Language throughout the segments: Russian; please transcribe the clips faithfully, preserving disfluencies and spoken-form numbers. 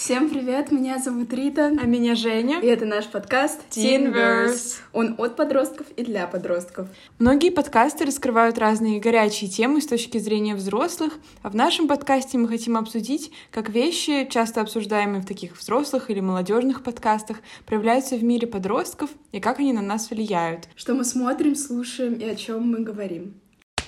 Всем привет, меня зовут Рита. А меня Женя. И это наш подкаст Teenverse. Он от подростков и для подростков. Многие подкасты раскрывают разные горячие темы с точки зрения взрослых, а в нашем подкасте мы хотим обсудить, как вещи, часто обсуждаемые в таких взрослых или молодежных подкастах, проявляются в мире подростков и как они на нас влияют. Что мы смотрим, слушаем и о чем мы говорим.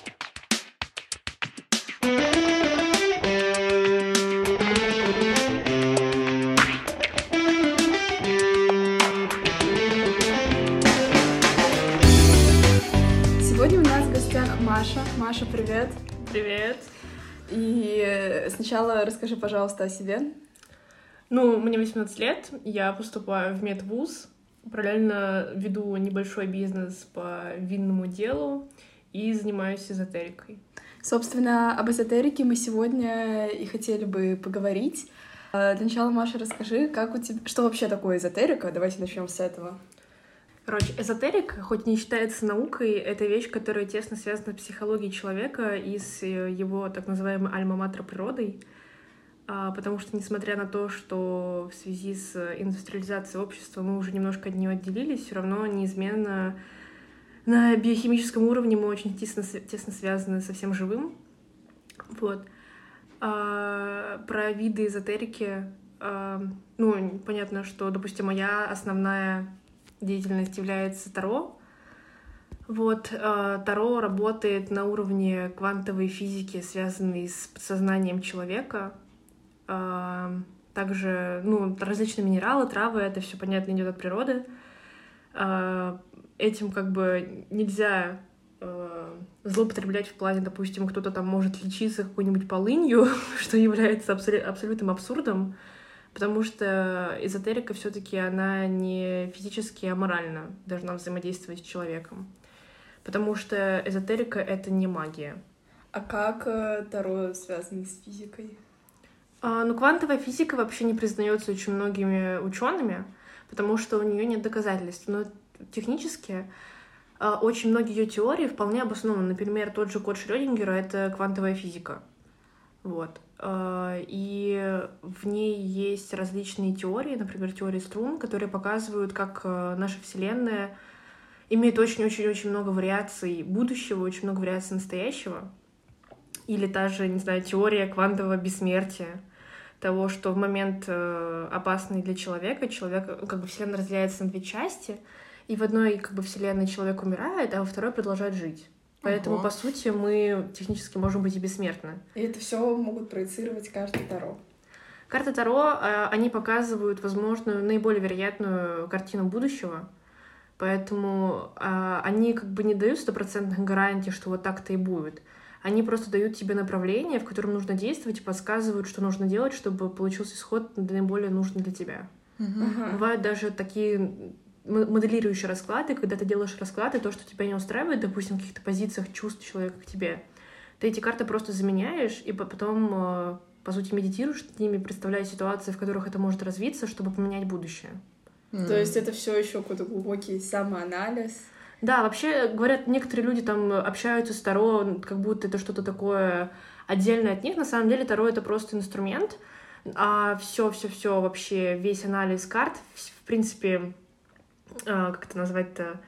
Маша. Маша, привет. Привет. И сначала расскажи, пожалуйста, о себе. Ну, мне восемнадцать лет, я поступаю в медвуз, параллельно веду небольшой бизнес по винному делу и занимаюсь эзотерикой. Собственно, об эзотерике мы сегодня и хотели бы поговорить. Для начала, Маша, расскажи, как у тебя... что вообще такое эзотерика? Давайте начнем с этого. Короче, эзотерика, хоть не считается наукой, это вещь, которая тесно связана с психологией человека и с его так называемой альма-матер природой, потому что, несмотря на то, что в связи с индустриализацией общества мы уже немножко от нее отделились, все равно неизменно на биохимическом уровне мы очень тесно, тесно связаны со всем живым. Вот. А про виды эзотерики, ну, понятно, что, допустим, моя основная деятельность является Таро. Вот, э, Таро работает на уровне квантовой физики, связанной с подсознанием человека. Э, также, ну, различные минералы, травы, это все понятно, идет от природы. Э, этим как бы нельзя э, злоупотреблять в плане, допустим, кто-то там может лечиться какой-нибудь полынью, что является абсол- абсолютным абсурдом. Потому что эзотерика все-таки она не физически, а морально должна взаимодействовать с человеком. Потому что эзотерика — это не магия. А как э, Таро связано с физикой? А, ну, квантовая физика вообще не признается очень многими учеными, потому что у нее нет доказательств. Но технически а, очень многие ее теории вполне обоснованы. Например, тот же код Шрёдингера — это квантовая физика. Вот. И в ней есть различные теории, например, теории струн, которые показывают, как наша Вселенная имеет очень-очень-очень много вариаций будущего, очень много вариаций настоящего. Или та же, не знаю, теория квантового бессмертия, того, что в момент опасный для человека, человек, как бы Вселенная разделяется на две части, и в одной как бы Вселенной человек умирает, а во второй продолжает жить. Поэтому, Ого. По сути, мы технически можем быть и бессмертны. И это все могут проецировать карты Таро. Карты Таро, они показывают возможную, наиболее вероятную картину будущего, поэтому они как бы не дают стопроцентных гарантий, что вот так-то и будет. Они просто дают тебе направление, в котором нужно действовать, и подсказывают, что нужно делать, чтобы получился исход наиболее нужный для тебя. Uh-huh. Бывают даже такие моделирующие расклады, когда ты делаешь расклад, и то, что тебя не устраивает, допустим, в каких-то позициях чувств человека к тебе, ты эти карты просто заменяешь, и потом, по сути, медитируешь над ними, представляя ситуации, в которых это может развиться, чтобы поменять будущее. Mm. То есть это все еще какой-то глубокий самоанализ? Да, вообще, говорят, некоторые люди там общаются с Таро, как будто это что-то такое отдельное от них. На самом деле Таро — это просто инструмент, а все-все-все вообще, весь анализ карт, в принципе, как это назвать-то?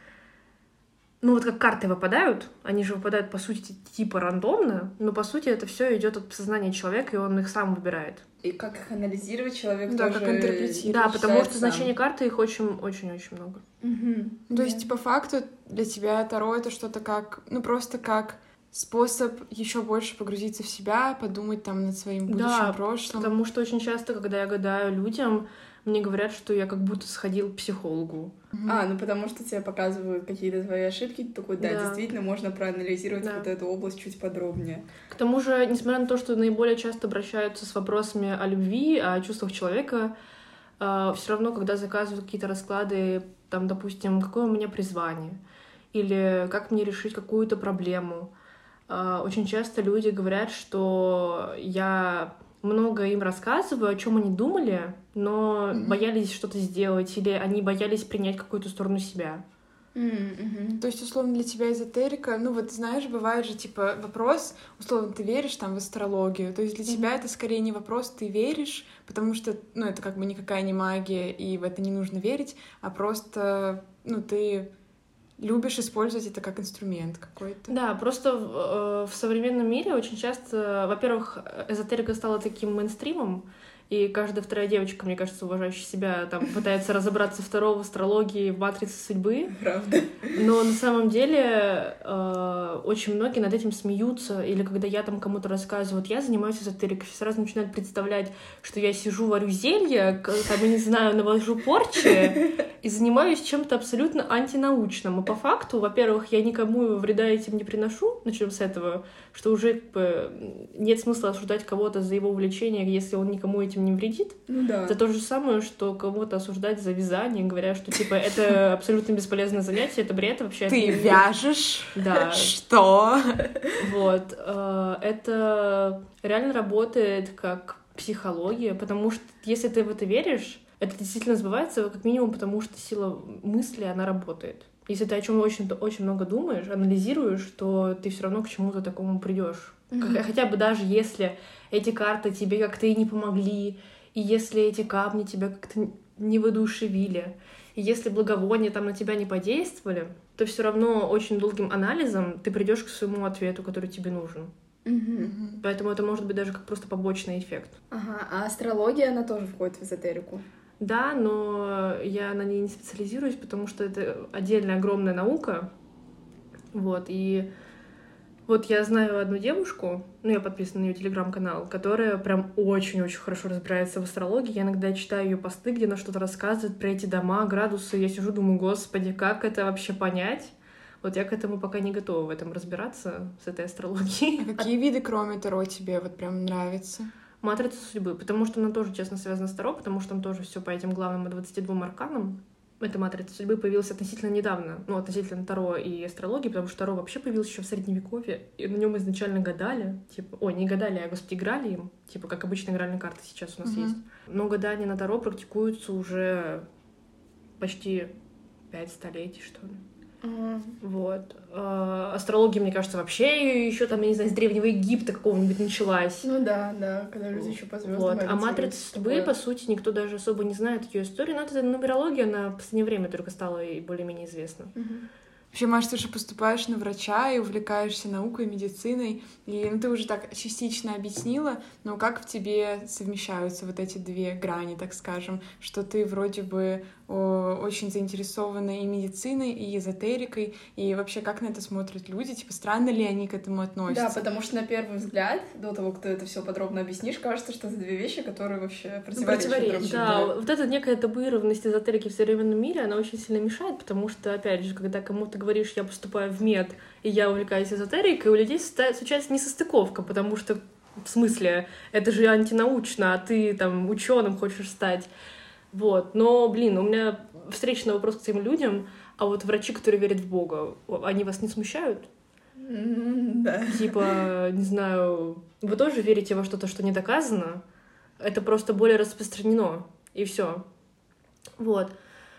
Ну, вот как карты выпадают, они же выпадают, по сути, типа рандомно, но, по сути, это все идет от сознания человека, и он их сам выбирает. И как их анализировать человек да, тоже... как интерпретировать. Да, потому что сам. Значение карты их очень-очень-очень много. Угу. То да. есть, по факту, для тебя Таро — это что-то как... Ну, просто как способ еще больше погрузиться в себя, подумать там над своим будущим, да, прошлым. Потому что очень часто, когда я гадаю людям, мне говорят, что я как будто сходил к психологу. Mm-hmm. А, ну потому что тебе показывают какие-то твои ошибки, ты такой, да, да, действительно, можно проанализировать да. вот эту область чуть подробнее. К тому же, несмотря на то, что наиболее часто обращаются с вопросами о любви, о чувствах человека, э, все равно, когда заказывают какие-то расклады, там, допустим, какое у меня призвание, или как мне решить какую-то проблему, э, очень часто люди говорят, что я много им рассказываю, о чем они думали, но mm-hmm. боялись что-то сделать, или они боялись принять какую-то сторону себя. Mm-hmm. То есть, условно, для тебя эзотерика, ну вот, знаешь, бывает же, типа, вопрос, условно, ты веришь там в астрологию, то есть для mm-hmm. тебя это скорее не вопрос, ты веришь, потому что, ну, это как бы никакая не магия, и в это не нужно верить, а просто, ну, ты любишь использовать это как инструмент какой-то. Да, просто в, в современном мире очень часто, во-первых, эзотерика стала таким мейнстримом, и каждая вторая девочка, мне кажется, уважающая себя, там, пытается разобраться второго в астрологии, в матрице судьбы. Правда. Но на самом деле э, очень многие над этим смеются. Или когда я там кому-то рассказываю, вот я занимаюсь эзотерикой, все сразу начинают представлять, что я сижу, варю зелья, там, я не знаю, навожу порчи, и занимаюсь чем-то абсолютно антинаучным. И по факту, во-первых, я никому вреда этим не приношу, начнем с этого, что уже как бы, нет смысла осуждать кого-то за его увлечение, если он никому этим не вредит. Ну да. Это то же самое, что кого-то осуждать за вязание, говоря, что типа это абсолютно бесполезное занятие, это бред вообще. Ты вяжешь? Да. Что? Вот. Это реально работает как психология, потому что если ты в это веришь, это действительно сбывается как минимум потому, что сила мысли, она работает. Если ты о чем очень, очень много думаешь, анализируешь, то ты все равно к чему-то такому придешь. Mm-hmm. Хотя бы даже если эти карты тебе как-то и не помогли, и если эти камни тебя как-то не воодушевили, и если благовония там на тебя не подействовали, то все равно очень долгим анализом ты придешь к своему ответу, который тебе нужен. Mm-hmm. Поэтому это может быть даже как просто побочный эффект. Ага, а астрология, она тоже входит в эзотерику? Да, но я на ней не специализируюсь, потому что это отдельная огромная наука. Вот, и вот я знаю одну девушку, ну, я подписана на ее телеграм-канал, которая прям очень-очень хорошо разбирается в астрологии. Я иногда читаю ее посты, где она что-то рассказывает про эти дома, градусы. Я сижу, думаю, господи, как это вообще понять? Вот я к этому пока не готова в этом разбираться, с этой астрологией. А какие виды, кроме Таро, тебе вот прям нравятся? Матрица судьбы, потому что она тоже, честно, связана с Таро, потому что там тоже все по этим главным двадцати двум арканам. Эта матрица судьбы появилась относительно недавно, ну, относительно Таро и астрологии, потому что Таро вообще появился еще в Средневековье, и на нем изначально гадали, типа, ой, не гадали, а, господи, играли им, типа, как обычные игральные карты сейчас у нас uh-huh. есть. Но гадания на Таро практикуются уже почти пять столетий, что ли. Uh-huh. Вот. А, астрология, мне кажется, вообще еще там, я не знаю, с Древнего Египта какого-нибудь началась. Ну да, да, когда люди еще по звездам. Вот. А матрица судьбы, по сути, никто даже особо не знает ее историю. Но это нумерология, она в последнее время только стала и более-менее известна. Uh-huh. Вообще, Маш, ты же поступаешь на врача и увлекаешься наукой, медициной, и ну, ты уже так частично объяснила, но как в тебе совмещаются вот эти две грани, так скажем, что ты вроде бы о, очень заинтересована и медициной, и эзотерикой, и вообще как на это смотрят люди, типа странно ли они к этому относятся? Да, потому что на первый взгляд, до того, как ты это все подробно объяснишь, кажется, что это две вещи, которые вообще противоречат друг другу. Да, вот эта некая табуированность эзотерики в современном мире, она очень сильно мешает, потому что, опять же, когда кому-то говоришь, я поступаю в мед, и я увлекаюсь эзотерикой, у людей случается несостыковка, потому что, в смысле, это же антинаучно, а ты там ученым хочешь стать. Вот. Но, блин, у меня встречный вопрос к этим людям, а вот врачи, которые верят в Бога, они вас не смущают? Mm, да. Типа, не знаю, вы тоже верите во что-то, что не доказано? Это просто более распространено, и все. Вот.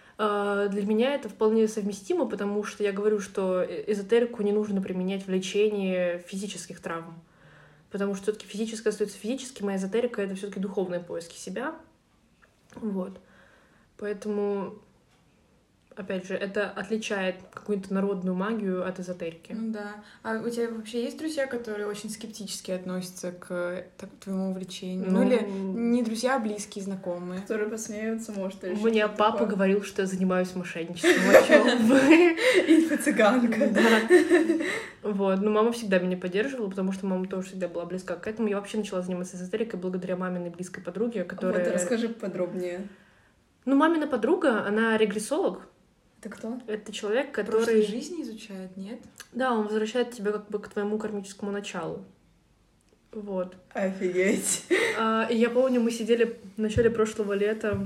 Для меня это вполне совместимо, потому что я говорю, что эзотерику не нужно применять в лечении физических травм. Потому что все-таки физическое остается физическим, а эзотерика — это все-таки духовные поиски себя. Вот. Поэтому, опять же, это отличает какую-то народную магию от эзотерики. Ну да. А у тебя вообще есть друзья, которые очень скептически относятся к так, твоему увлечению? Ну, ну или не друзья, а близкие, знакомые? Которые посмеются, может, или Мне папа такое. говорил, что я занимаюсь мошенничеством. О чем вы? Инфо-цыганка. Да. Вот. Но мама всегда меня поддерживала, потому что мама тоже всегда была близка к этому. Я вообще начала заниматься эзотерикой благодаря маминой близкой подруге, которая... Вот, расскажи подробнее. Ну, мамина подруга, она регрессолог. Это кто? Это человек, который... Прошлой жизни изучает, нет? Да, он возвращает тебя как бы к твоему кармическому началу. Вот. Офигеть. А, и я помню, мы сидели в начале прошлого лета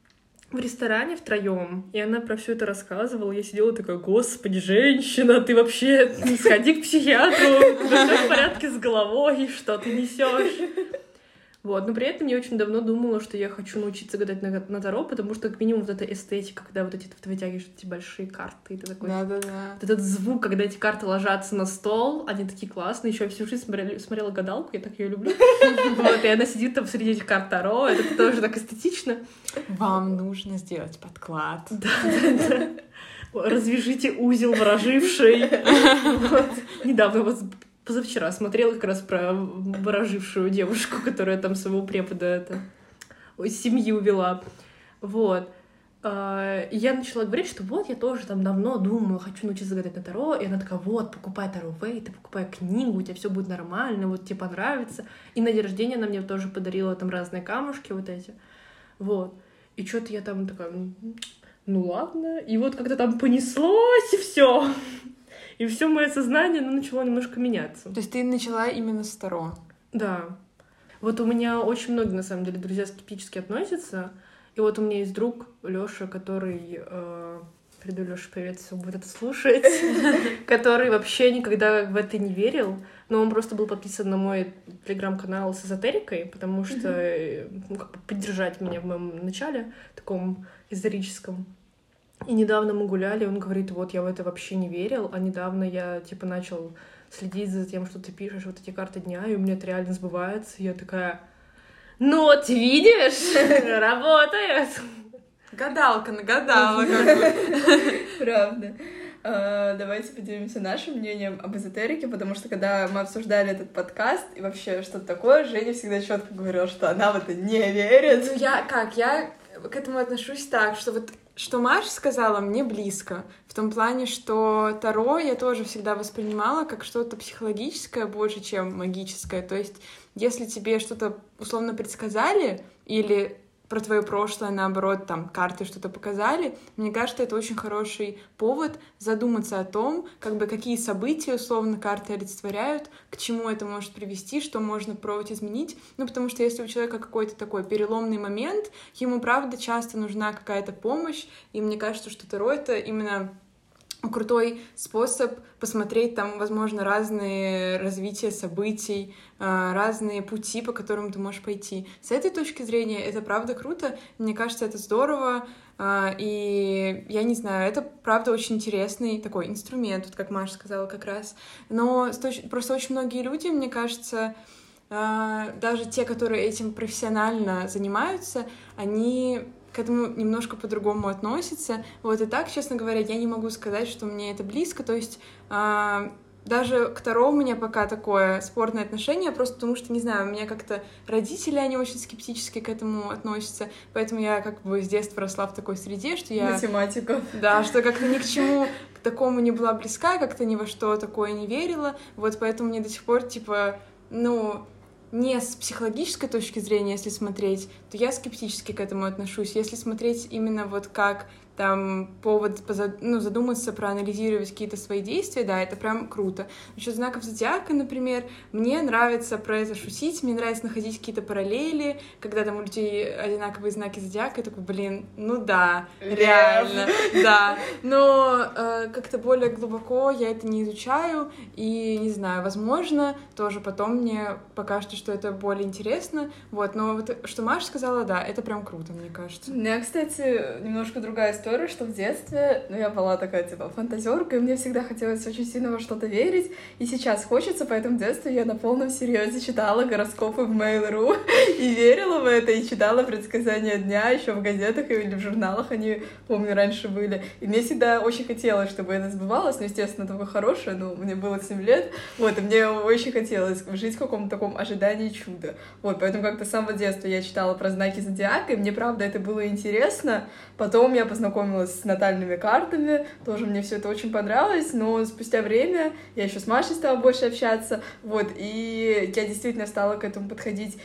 в ресторане втроем, и она про все это рассказывала. Я сидела такая: господи, женщина, ты вообще сходи к психиатру, все в порядке с головой, что ты несешь. Вот, но при этом я очень давно думала, что я хочу научиться гадать на, на Таро, потому что, как минимум, вот эта эстетика, когда вот эти ты вытягиваешь эти большие карты, и ты такой... Да-да-да. Вот этот звук, когда эти карты ложатся на стол, они такие классные. Еще я всю жизнь смотрела, смотрела гадалку, я так ее люблю. Вот, и она сидит там среди этих карт Таро, это тоже так эстетично. Вам нужно сделать подклад. Да-да-да. Развяжите узел вороживший. Недавно вот позавчера смотрела как раз про ворожившую девушку, которая там своего препода это, ой, семьи увела. Вот. И я начала говорить, что вот я тоже там давно думаю, хочу научиться гадать на Таро. И она такая, вот, покупай Таро Вейт, покупай книгу, у тебя все будет нормально, вот тебе понравится. И на день рождения она мне тоже подарила там разные камушки вот эти. Вот. И что-то я там такая, ну ладно. И вот как-то там понеслось, и все. И все мое сознание, ну, начало немножко меняться. То есть ты начала именно с Таро? Да. Вот у меня очень многие, на самом деле, друзья скептически относятся. И вот у меня есть друг Лёша, который... Э, приду, Лёша, привет, если он будет это слушать. Который вообще никогда в это не верил. Но он просто был подписан на мой телеграм-канал с эзотерикой, потому что ну, как бы поддержать меня в моем начале, таком эзотерическом. И недавно мы гуляли, он говорит, вот я в это вообще не верил, а недавно я типа начал следить за тем, что ты пишешь, вот эти карты дня, и у меня это реально сбывается. И я такая, ну вот видишь, работает. Гадалка нагадала как бы. Правда. Давайте поделимся нашим мнением об эзотерике, потому что когда мы обсуждали этот подкаст и вообще что-то такое, Женя всегда четко говорила, что она в это не верит. Ну я как, я к этому отношусь так, что вот что Маша сказала, мне близко. В том плане, что Таро я тоже всегда воспринимала как что-то психологическое больше, чем магическое. То есть, если тебе что-то условно предсказали, или про твое прошлое, наоборот, там, карты что-то показали, мне кажется, это очень хороший повод задуматься о том, как бы, какие события, условно, карты олицетворяют, к чему это может привести, что можно пробовать изменить. Ну, потому что если у человека какой-то такой переломный момент, ему, правда, часто нужна какая-то помощь, и мне кажется, что Таро — это именно крутой способ посмотреть там, возможно, разные развития событий, разные пути, по которым ты можешь пойти. С этой точки зрения это правда круто, мне кажется, это здорово, и я не знаю, это правда очень интересный такой инструмент, вот как Маша сказала как раз. Но просто очень многие люди, мне кажется, даже те, которые этим профессионально занимаются, они к этому немножко по-другому относятся. Вот, и так, честно говоря, я не могу сказать, что мне это близко. То есть э, даже к Таро у меня пока такое спорное отношение, просто потому что, не знаю, у меня как-то родители, они очень скептически к этому относятся, поэтому я как бы с детства росла в такой среде, что я... Математика. Да, что как-то ни к чему к такому не была близка, как-то ни во что такое не верила. Вот, поэтому мне до сих пор, типа, ну... не с психологической точки зрения, если смотреть, то я скептически к этому отношусь. Если смотреть именно вот как там повод позад... ну, задуматься, проанализировать какие-то свои действия, да, это прям круто. Насчет знаков зодиака, например, мне нравится про это шутить, мне нравится находить какие-то параллели, когда там у людей одинаковые знаки зодиака, я такой, блин, ну да, реально, да. Но э, как-то более глубоко я это не изучаю, и, не знаю, возможно, тоже потом мне покажется, что это более интересно, вот, но вот что Маша сказала, да, это прям круто, мне кажется. У меня, кстати, немножко другая история, что в детстве, ну, я была такая, типа, фантазерка, и мне всегда хотелось очень сильно во что-то верить, и сейчас хочется, поэтому в детстве я на полном серьезе читала гороскопы в Mail точка ру и верила в это, и читала предсказания дня еще в газетах или в журналах, они, помню, раньше были, и мне всегда очень хотелось, чтобы это сбывалось, но, естественно, такое хорошее, ну, мне было семь лет, вот, и мне очень хотелось жить в каком-то таком ожидании чуда, вот, поэтому как-то с самого детства я читала про знаки зодиака, и мне, правда, это было интересно, потом я познакомилась с натальными картами, тоже мне все это очень понравилось, но спустя время я еще с Машей стала больше общаться, вот, и я действительно стала к этому подходить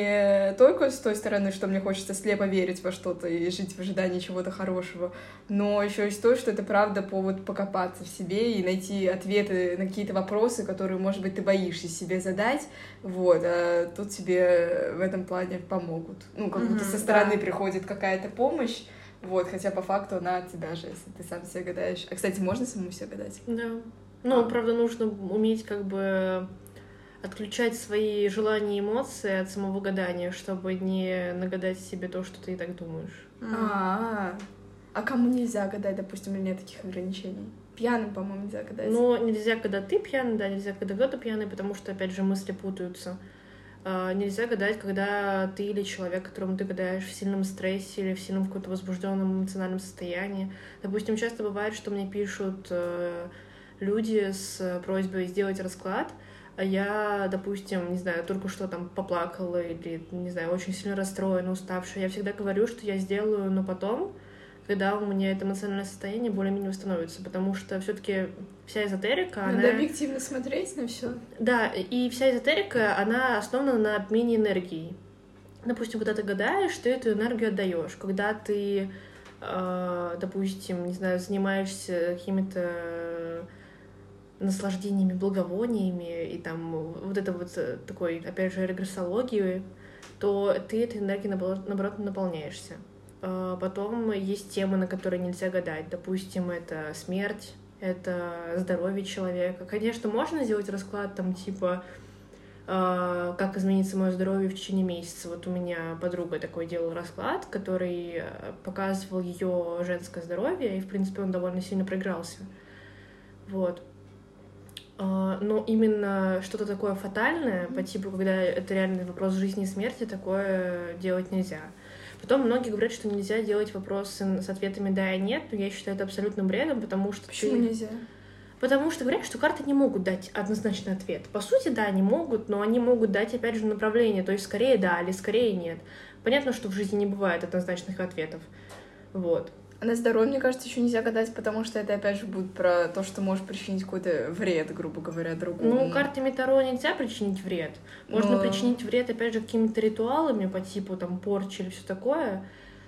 не только с той стороны, что мне хочется слепо верить во что-то и жить в ожидании чего-то хорошего, но еще и с той, что это правда повод покопаться в себе и найти ответы на какие-то вопросы, которые, может быть, ты боишься себе задать, вот, а тут тебе в этом плане помогут. Ну, как будто mm-hmm, со стороны да. приходит какая-то помощь, вот, хотя по факту она от тебя же, если ты сам себе гадаешь. А, кстати, можно самому себе гадать? Да. Ну, а. правда, нужно уметь как бы отключать свои желания и эмоции от самого гадания, чтобы не нагадать себе то, что ты и так думаешь. А, а кому нельзя гадать, допустим, или нет таких ограничений? Пьяным, по-моему, нельзя гадать. Но нельзя, когда ты пьяный, да, нельзя, когда кто-то пьяный, потому что, опять же, мысли путаются. Uh, нельзя гадать, когда ты или человек, которому ты гадаешь, в сильном стрессе или в сильном каком-то возбужденном эмоциональном состоянии. Допустим, часто бывает, что мне пишут uh, люди с просьбой сделать расклад, а я, допустим, не знаю, только что там поплакала или, не знаю, очень сильно расстроена, уставшая. Я всегда говорю, что я сделаю, но потом, когда у меня это эмоциональное состояние более-менее восстановится, потому что все-таки вся эзотерика, Надо она... объективно смотреть на все. Да, и вся эзотерика, она основана на обмене энергией. Допустим, когда ты гадаешь, ты эту энергию отдаешь. Когда ты, э, допустим, не знаю, занимаешься какими-то наслаждениями, благовониями и там вот это вот такой, опять же, регрессологией, то ты этой энергией, наоборот, наполняешься. Потом есть темы, на которые нельзя гадать. Допустим, это смерть, это здоровье человека. Конечно, можно сделать расклад там типа как изменится мое здоровье в течение месяца. Вот у меня подруга такой делала расклад, который показывал ее женское здоровье, и, в принципе, он довольно сильно проигрался. Вот. Но именно что-то такое фатальное, по типу, когда это реальный вопрос жизни и смерти, такое делать нельзя. Потом многие говорят, что нельзя делать вопросы с ответами «да» и «нет», но я считаю это абсолютным бредом, потому что... Почему ты... нельзя? Потому что говорят, что карты не могут дать однозначный ответ. По сути, да, они могут, но они могут дать, опять же, направление, то есть скорее да или скорее нет. Понятно, что в жизни не бывает однозначных ответов. Вот. А на здоровье, мне кажется, еще нельзя гадать, потому что это, опять же, будет про то, что может причинить какой-то вред, грубо говоря, другому. Ну, картами Таро нельзя причинить вред. Можно Но... причинить вред, опять же, какими-то ритуалами по типу там порчи или все такое.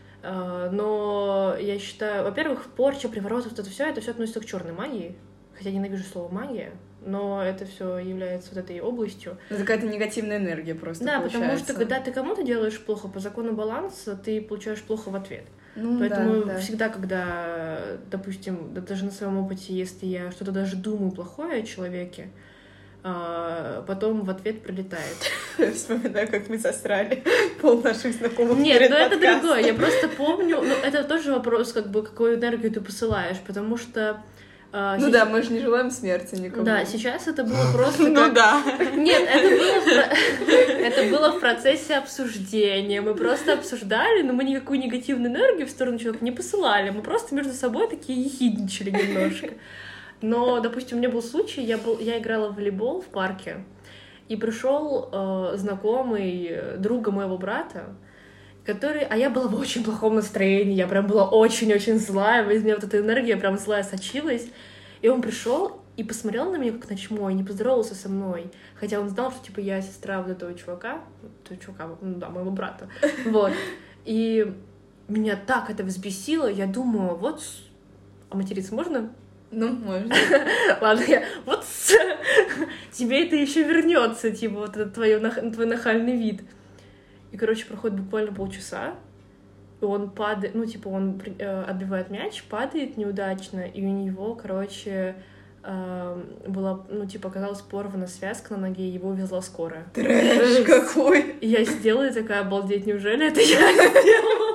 Но я считаю, во-первых, порча, приворот, вот это все, это все относится к черной магии. Хотя я ненавижу слово магия, но это все является вот этой областью. Это какая-то негативная энергия просто. Да, получается. потому что когда ты кому-то делаешь плохо по закону баланса, ты получаешь плохо в ответ. Ну, Поэтому да, да. всегда, когда, допустим, даже на своем опыте, если я что-то даже думаю плохое о человеке, потом в ответ прилетает. Вспоминаю, как мы засрали пол наших знакомых. Нет, ну это другое. Я просто помню, ну это тоже вопрос, как бы, какую энергию ты посылаешь, потому что Uh, ну сейчас... да, мы же не желаем смерти никому. Да, сейчас это было просто... Ну да. Нет, это было, в... это было в процессе обсуждения. Мы просто обсуждали, но мы никакую негативную энергию в сторону человека не посылали. Мы просто между собой такие ехидничали немножко. Но, допустим, у меня был случай, я, был... я играла в волейбол в парке, и пришел э, знакомый друга моего брата, который... А я была в очень плохом настроении, я прям была очень-очень злая, из меня вот эта энергия прям злая сочилась. И он пришел и посмотрел на меня как на чмо, и не поздоровался со мной. Хотя он знал, что, типа, я сестра вот этого чувака, этого чувака, ну да, моего брата. Вот. И меня так это взбесило, я думаю, вот... А материться можно? Ну, можно. Ладно, я... Вот тебе это еще вернется, типа, вот этот твой нахальный вид. И, короче, проходит буквально полчаса, и он падает, ну, типа, он э, отбивает мяч, падает неудачно, и у него, короче, э, была, ну, типа, оказалась порвана связка на ноге, и его везла скорая. Трэш какой! И я сидела и такая, обалдеть, неужели это я сделала?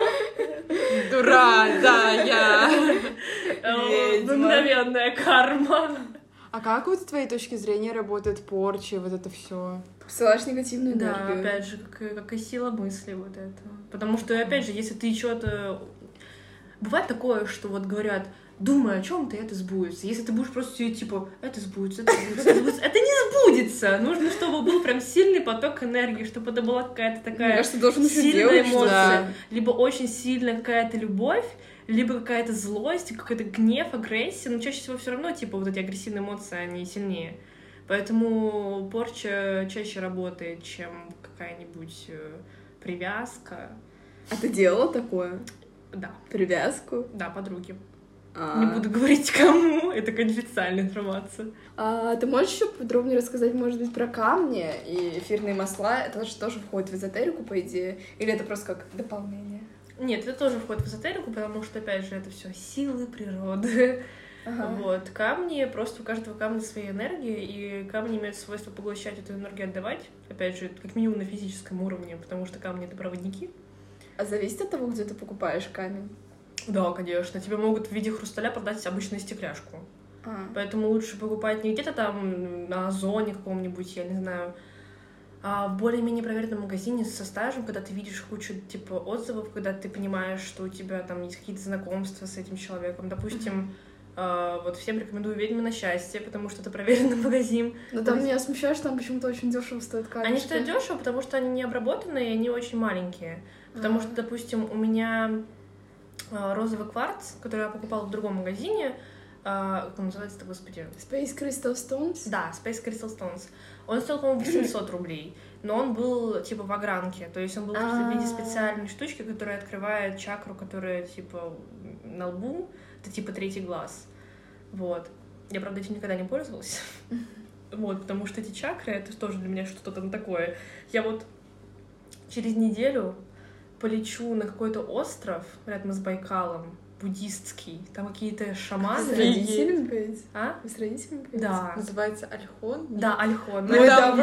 Дура, да, я. Мгновенная карма. А как вот с твоей точки зрения работает порча, вот это все? Посылаешь негативную Да, энергию. опять же, как, как и сила мысли вот этого. Потому что, опять же, если ты что-то... Бывает такое, что вот говорят, думай о чем-то, и это сбудется. Если ты будешь просто сидеть, типа, это сбудется, это сбудется, это сбудется. Это не сбудется! Нужно, чтобы был прям сильный поток энергии, чтобы это была какая-то такая Мне кажется, должен еще сильная делать эмоция. Да. Либо очень сильная какая-то любовь, либо какая-то злость, какой-то гнев, агрессия. Но чаще всего все равно, типа, вот эти агрессивные эмоции, они сильнее. Поэтому порча чаще работает, чем какая-нибудь привязка. А ты делала такое? Да. Привязку? Да, подруги. А. Не буду говорить кому, это конфиденциальная информация. А, ты можешь еще подробнее рассказать, может быть, про камни и эфирные масла? Это же тоже входит в эзотерику, по идее? Или это просто как дополнение? Нет, это тоже входит в эзотерику, потому что, опять же, это все силы природы. Ага. Вот. Камни, просто у каждого камня своя энергия, и камни имеют свойство поглощать эту энергию, отдавать. Опять же, как минимум на физическом уровне, потому что камни — это проводники. А зависит от того, где ты покупаешь камень? Да, конечно. Тебе могут в виде хрусталя продать обычную стекляшку. А. Поэтому лучше покупать не где-то там на Озоне каком-нибудь, я не знаю, а в более-менее проверенном магазине со стажем, когда ты видишь кучу, типа, отзывов, когда ты понимаешь, что у тебя там есть какие-то знакомства с этим человеком. Допустим, Uh, вот всем рекомендую «Ведьмы на счастье», потому что это проверенный магазин. Но там меня смущает, что там почему-то очень дешево стоят камешки. Они стоят дешево, потому что они не обработанные, и они очень маленькие. Потому А-а-а. что, допустим, у меня uh, розовый кварц, который я покупала в другом магазине, uh, как он называется-то, господи? Space Crystal Stones? Да, Space Crystal Stones. Он стоил, по-моему, восемьсот рублей, но он был, типа, в огранке, то есть он был в виде специальной штучки, которая открывает чакру, которая, типа, на лбу. Это типа третий глаз. Вот. Я, правда, этим никогда не пользовалась. Вот, потому что эти чакры — это тоже для меня что-то там такое. Я вот через неделю полечу на какой-то остров рядом с Байкалом, буддистский. Там какие-то шаманы. Вы с родителями поедете? А? Вы с родителями поедете? Да. Называется Альхон? Да, Альхон. Мы там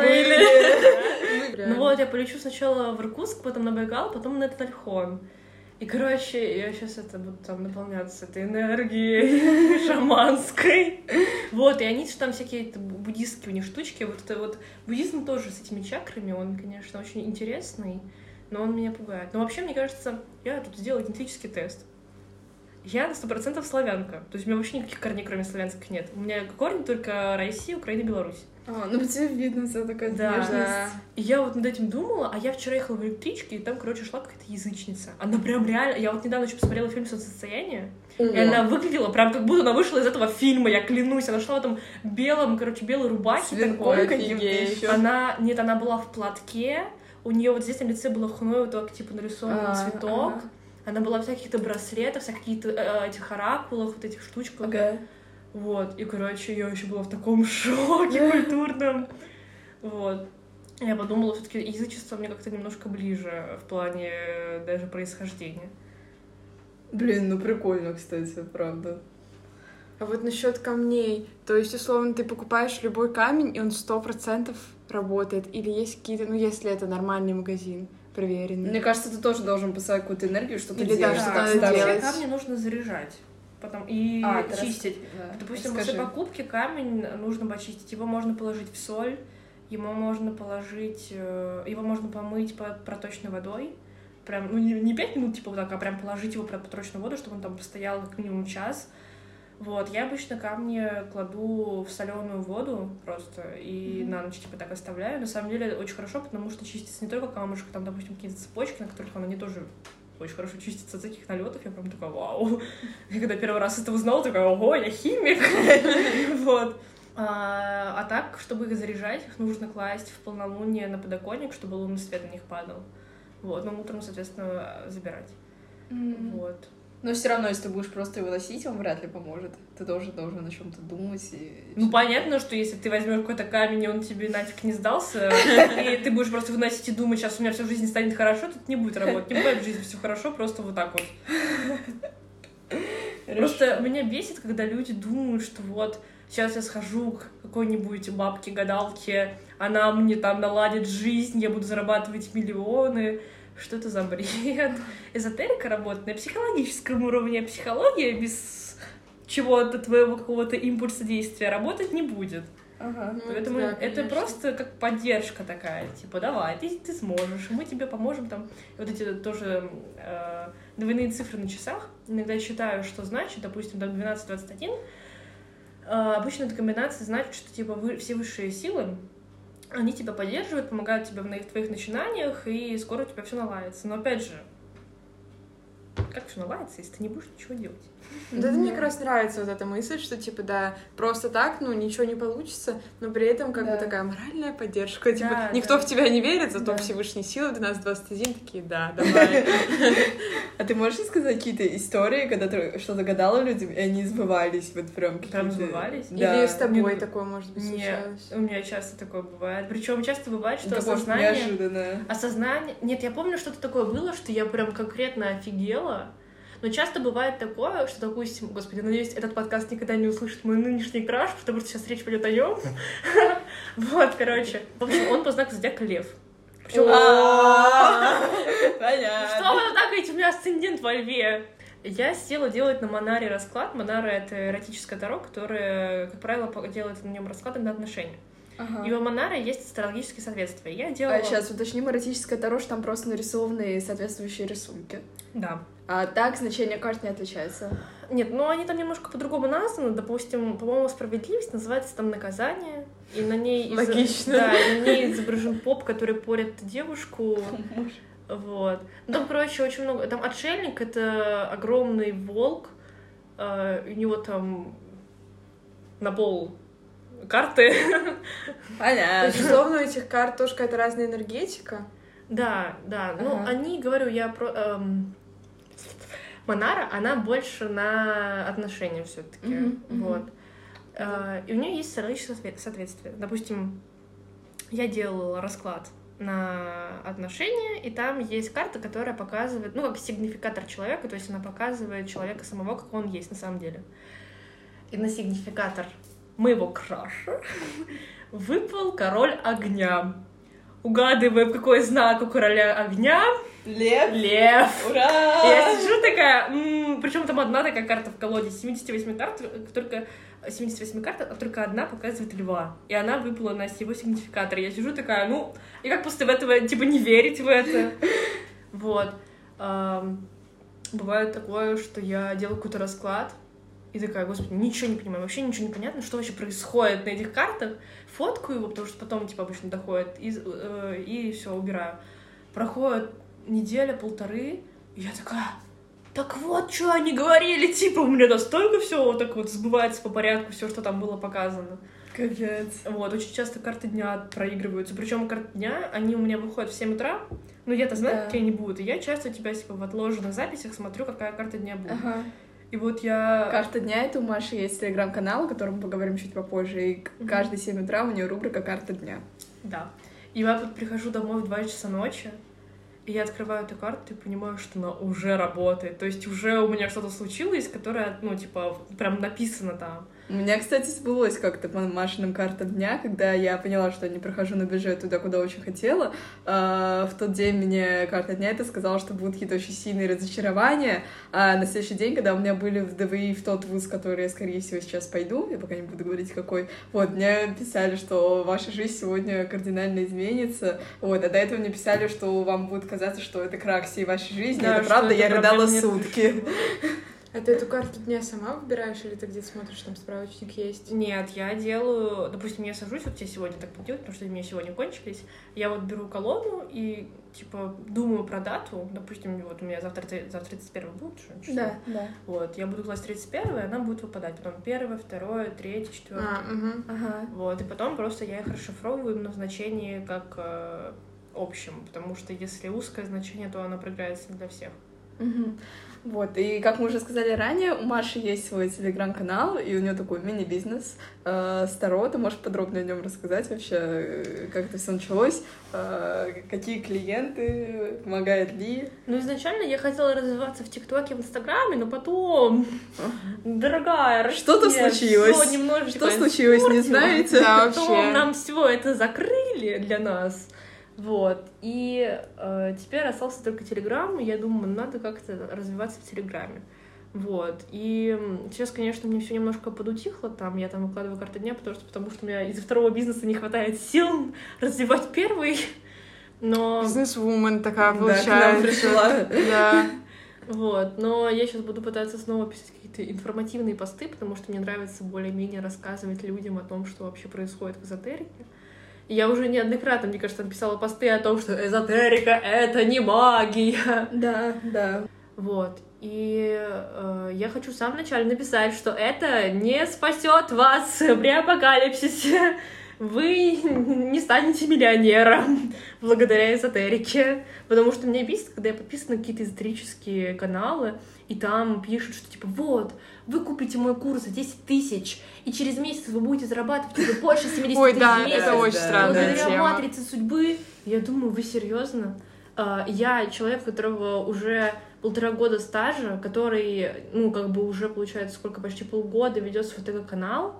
были. Ну вот, я полечу сначала в Иркутск, потом на Байкал, потом на этот Альхон. И, короче, я сейчас это буду там наполняться этой энергией шаманской. Вот, и они, что там всякие буддистские у них штучки. Вот это вот буддизм тоже с этими чакрами, он, конечно, очень интересный, но он меня пугает. Но вообще, мне кажется, я тут сделала генетический тест. Я на сто процентов славянка. То есть у меня вообще никаких корней, кроме славянских, нет. У меня корни только Россия, Украина, Беларусь. А, ну по тебе видно, вся такая Да. нежность. И я вот над этим думала, а я вчера ехала в электричке, и там, короче, шла какая-то язычница. Она прям реально... Я вот недавно еще посмотрела фильм «Солнцестояние», О. и она выглядела прям как будто она вышла из этого фильма, я клянусь. Она шла в этом белом, короче, белой рубахе такой. каким-то. Она... Нет, она была в платке, у нее вот здесь на лице было хной, вот так, типа, нарисован А, цветок. ага. Она была в всяких-то браслетах, всяких каких-то э, этих оракулах, вот этих штучках. Ага. Вот, и, короче, я еще была в таком шоке культурном. Вот. Я подумала, все-таки язычество мне как-то немножко ближе в плане даже происхождения. Блин, ну прикольно, кстати, правда. А вот насчет камней, то есть, условно, ты покупаешь любой камень, и он сто процентов работает, или есть какие-то, ну, если это нормальный магазин, проверенный. Мне кажется, ты тоже должен поставить какую-то энергию, что ты Или делаешь. даже что надо так ставишь. делать. Камни нужно заряжать. Потом и А, ты чистить. рас- да. Допустим, Расскажи. после покупки камень нужно почистить. Его можно положить в соль, ему можно положить, э, его можно помыть под проточной водой. Прям, ну, не, не пять минут, типа, вот так, а прям положить его под проточную воду, чтобы он там постоял как минимум час. Вот, я обычно камни кладу в соленую воду просто и mm-hmm. на ночь, типа, так оставляю. На самом деле, очень хорошо, потому что чистится не только камушек, там, допустим, какие-то цепочки, на которых они тоже очень хорошо чистятся от этих налетов. Я прям такая, вау. И когда первый раз это узнала, такая, ого, я химик. Вот. А, а так, чтобы их заряжать, их нужно класть в полнолуние на подоконник, чтобы лунный свет на них падал. Вот, но утром, соответственно, забирать. Mm. Вот. Но все равно, если ты будешь просто его носить, он вряд ли поможет. Ты тоже должен о чем-то думать. И... Ну, понятно, что если ты возьмешь какой-то камень, и он тебе нафиг не сдался, и ты будешь просто выносить и думать, сейчас у меня всю жизнь станет хорошо, тут не будет работать. Не бывает в жизни все хорошо, просто вот так вот. Просто меня бесит, когда люди думают, что вот сейчас я схожу к какой-нибудь бабке-гадалке, она мне там наладит жизнь, я буду зарабатывать миллионы. Что это за бред? Эзотерика работает на психологическом уровне. Психология без чего-то твоего какого-то импульса действия работать не будет. Ага. Поэтому да, это конечно. просто как поддержка такая. Типа, давай, ты, ты сможешь, мы тебе поможем. Там. И вот эти тоже э, двойные цифры на часах. Иногда считаю, что значит, допустим, там двенадцать двадцать один. Э, обычно эта комбинация значит, что типа вы, все высшие силы, они тебя поддерживают, помогают тебе в твоих начинаниях, и скоро у тебя все наладится. Но опять же, как все наладится, если ты не будешь ничего делать? Вот это мне как раз нравится, вот эта мысль, что, типа, да, просто так, ну, ничего не получится, но при этом, как Да. бы, такая моральная поддержка, типа, Да, никто да. в тебя не верит, зато Да. Всевышние силы двенадцать двадцать один такие, да, давай. А ты можешь сказать какие-то истории, когда ты что-то гадала людям, и они сбывались? Вот прям какие-то... Прям сбывались? Да. Или с тобой Не- такое, может быть, Нет, случалось? у меня часто такое бывает. Причем часто бывает, что Такое осознание... неожиданно. Осознание... Нет, я помню, что-то такое было, что я прям конкретно офигела. Но часто бывает такое, что, допустим, господи, надеюсь, этот подкаст никогда не услышит мой нынешний краш, потому что сейчас речь пойдет о нем. Вот, короче. В общем, он по знаку зодиака лев. Причем... Понятно. Что вы так, у меня асцендент во льве? Я села делать на Монаре расклад. Монара — это эротическое таро, которое, как правило, делает на нем расклады на отношения. Ага. И у Монары есть астрологические соответствия. Я делала... А сейчас уточним, эротическое таро, что там просто нарисованы соответствующие рисунки. Да. А так значение карт не отличается? Нет, ну они там немножко по-другому названы. Допустим, по-моему, справедливость называется там наказание. И на ней... Из... Логично. Да, и на ней изображен поп, который порит девушку. Вот. Ну, там, короче, очень много... Там отшельник — это огромный волк. Uh, у него там на пол карты. Понятно. Безусловно, у этих карт тоже какая-то разная энергетика. Да, да. Ага. Ну, они, говорю, я про... Эм... Монара, она больше на отношения все-таки. Mm-hmm, mm-hmm. Вот. Uh, и у нее есть астрологическое соответствие. Допустим, я делала расклад на отношения, и там есть карта, которая показывает, ну, как сигнификатор человека, то есть она показывает человека самого, как он есть на самом деле. И на сигнификатор моего краша выпал король огня. Угадываем, какой знак у короля огня. Лев. Лев. Ура! Я сижу такая, м-м, причем там одна такая карта в колоде, семьдесят восемь карт, только семьдесят восемь карт, а только одна показывает льва. И она выпала на его сигнификатор. Я сижу такая, ну, и как после этого, типа, не верить в это. Вот. Бывает такое, что я делаю какой-то расклад, и такая, господи, ничего не понимаю, вообще ничего не понятно, что вообще происходит на этих картах. Фоткаю его, потому что потом, типа, обычно доходит, и, э, и все, убираю. Проходит неделя, полторы, и я такая, так вот, что они говорили, типа, у меня настолько все вот так вот сбывается по порядку, все, что там было показано. Капец. Вот, очень часто карты дня проигрываются, причем карты дня, они у меня выходят в семь утра, ну, я-то знаю, да. какие они будут, и я часто у тебя, типа, в отложенных записях смотрю, какая карта дня будет. Ага. И вот я... Карта дня — это у Маши есть телеграм-канал, о котором мы поговорим чуть попозже, и mm-hmm. каждые семь утра у нее рубрика «Карта дня». Да. И я вот прихожу домой в два часа ночи, и я открываю эту карту и понимаю, что она уже работает. То есть уже у меня что-то случилось, которое, ну, типа, прям написано там. У меня, кстати, сбылось как-то по Машиным картам дня, когда я поняла, что я не прохожу на бюджет туда, куда очень хотела. В тот день мне карта дня это сказала, что будут какие-то очень сильные разочарования. А на следующий день, когда у меня были в ДВИ в тот вуз, который я, скорее всего, сейчас пойду, я пока не буду говорить, какой, вот, мне писали, что ваша жизнь сегодня кардинально изменится. Вот, а до этого мне писали, что вам будет казаться, что это крах всей вашей жизни. Да, это правда, это я рыдала мне сутки. А ты эту карту дня сама выбираешь, или ты где-то смотришь, там справочник есть? Нет, я делаю... Допустим, я сажусь, вот я сегодня так буду делать, потому что у меня сегодня кончились. Я вот беру колоду и, типа, думаю про дату. Допустим, вот у меня завтра, завтра тридцать первого будет, что-нибудь. Да, да. Вот, я буду класть тридцать первое, и она будет выпадать. Потом первое, второе, третье, четвертое. А, угу. Ага. Вот, и потом просто я их расшифровываю именно в значении как э, общем, потому что если узкое значение, то оно проиграется не для всех. Угу. Вот, и как мы уже сказали ранее, у Маши есть свой телеграм-канал, и у нее такой мини-бизнес э, с таро. Ты можешь подробно о нем рассказать вообще, как это все началось, э, какие клиенты, помогает ли? Ну, изначально я хотела развиваться в ТикТоке, в Инстаграме, но потом, дорогая, что-то случилось. Всё немножечко Что случилось, не знаете? Да, потом вообще. нам все это закрыли для нас. Вот, и э, теперь остался только Телеграм, и я думаю, надо как-то развиваться в Телеграме. Вот, и сейчас, конечно, мне все немножко подутихло там, я там выкладываю карты дня, потому что, потому что у меня из-за второго бизнеса не хватает сил развивать первый, но... Бизнес-вумен такая Да, получается. к нам пришла. Да. Вот, но я сейчас буду пытаться снова писать какие-то информативные посты, потому что мне нравится более-менее рассказывать людям о том, что вообще происходит в эзотерике. Я уже неоднократно, мне кажется, написала посты о том, что эзотерика — это не магия. Да, да. Вот. И э, я хочу в самом начале написать, что это не спасет вас при апокалипсисе. Вы не станете миллионером благодаря эзотерике. Потому что меня бесит, когда я подписана на какие-то эзотерические каналы, и там пишут, что типа вот, вы купите мой курс за десять тысяч, и через месяц вы будете зарабатывать уже больше семьдесят тысяч Ой, да, в месяц. это очень Да, странная Благодаря тема. матрице судьбы. Я думаю, вы серьезно? Я человек, у которого уже полтора года стажа, который, ну, как бы уже, получается, сколько, почти полгода ведет свой ТГ-канал.